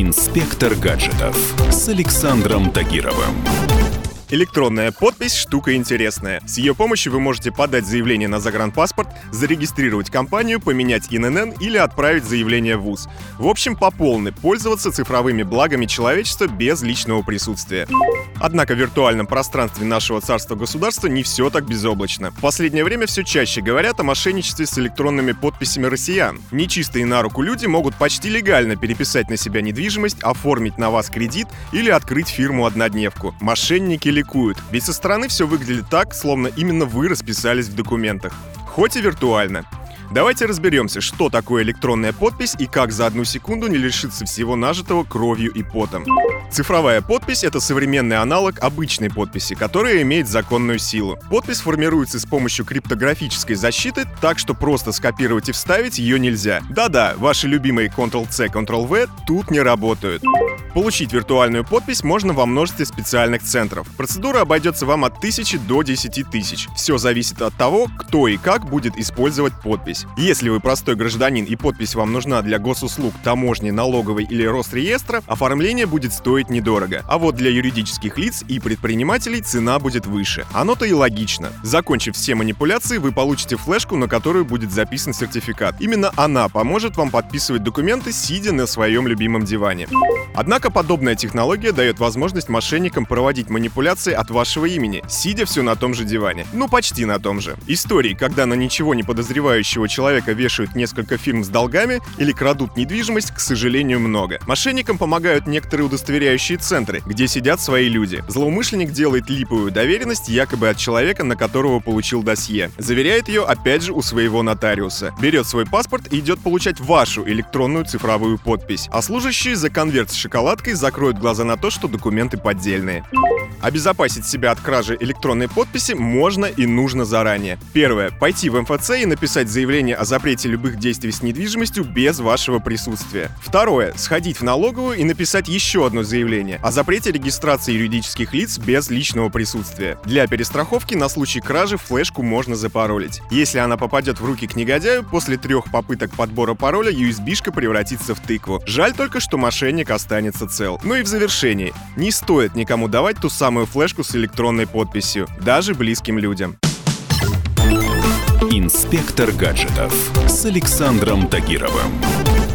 Инспектор гаджетов с Александром Тагировым. Электронная подпись – штука интересная. С ее помощью вы можете подать заявление на загранпаспорт, зарегистрировать компанию, поменять ИНН или отправить заявление в ВУЗ. В общем, по полной пользоваться цифровыми благами человечества без личного присутствия. Однако в виртуальном пространстве нашего царства-государства не все так безоблачно. В последнее время все чаще говорят о мошенничестве с электронными подписями россиян. Нечистые на руку люди могут почти легально переписать на себя недвижимость, оформить на вас кредит или открыть фирму-однодневку. Мошенники ликуют, ведь со стороны все выглядит так, словно именно вы расписались в документах. Хоть и виртуально. Давайте разберемся, что такое электронная подпись и как за одну секунду не лишиться всего нажитого кровью и потом. Цифровая подпись — это современный аналог обычной подписи, которая имеет законную силу. Подпись формируется с помощью криптографической защиты, так что просто скопировать и вставить ее нельзя. Да-да, ваши любимые Ctrl-C, Ctrl-V тут не работают. Получить виртуальную подпись можно во множестве специальных центров. Процедура обойдется вам от 1000 до 10 тысяч. Все зависит от того, кто и как будет использовать подпись. Если вы простой гражданин и подпись вам нужна для госуслуг, таможни, налоговой или Росреестра, оформление будет стоить недорого. А вот для юридических лиц и предпринимателей цена будет выше. Оно-то и логично. Закончив все манипуляции, вы получите флешку, на которую будет записан сертификат. Именно она поможет вам подписывать документы, сидя на своем любимом диване. Однако подобная технология дает возможность мошенникам проводить манипуляции от вашего имени, сидя все на том же диване. Ну, почти на том же. Истории, когда на ничего не подозревающего человека вешают несколько фирм с долгами или крадут недвижимость, к сожалению, много. Мошенникам помогают некоторые удостоверяющие центры, где сидят свои люди. Злоумышленник делает липовую доверенность якобы от человека, на которого получил досье. Заверяет ее опять же у своего нотариуса. Берет свой паспорт и идет получать вашу электронную цифровую подпись. А служащие за конверт с шоколадкой закроют глаза на то, что документы поддельные. Обезопасить себя от кражи электронной подписи можно и нужно заранее. Первое. Пойти в МФЦ и написать заявление о запрете любых действий с недвижимостью без вашего присутствия. Второе. Сходить в налоговую и написать еще одно заявление о запрете регистрации юридических лиц без личного присутствия. Для перестраховки на случай кражи флешку можно запаролить. Если она попадет в руки к негодяю, после 3 попыток подбора пароля USB-шка превратится в тыкву. Жаль только, что мошенник останется цел. Ну и в завершении. Не стоит никому давать ту самую флешку с электронной подписью, даже близким людям. Инспектор гаджетов с Александром Тагировым.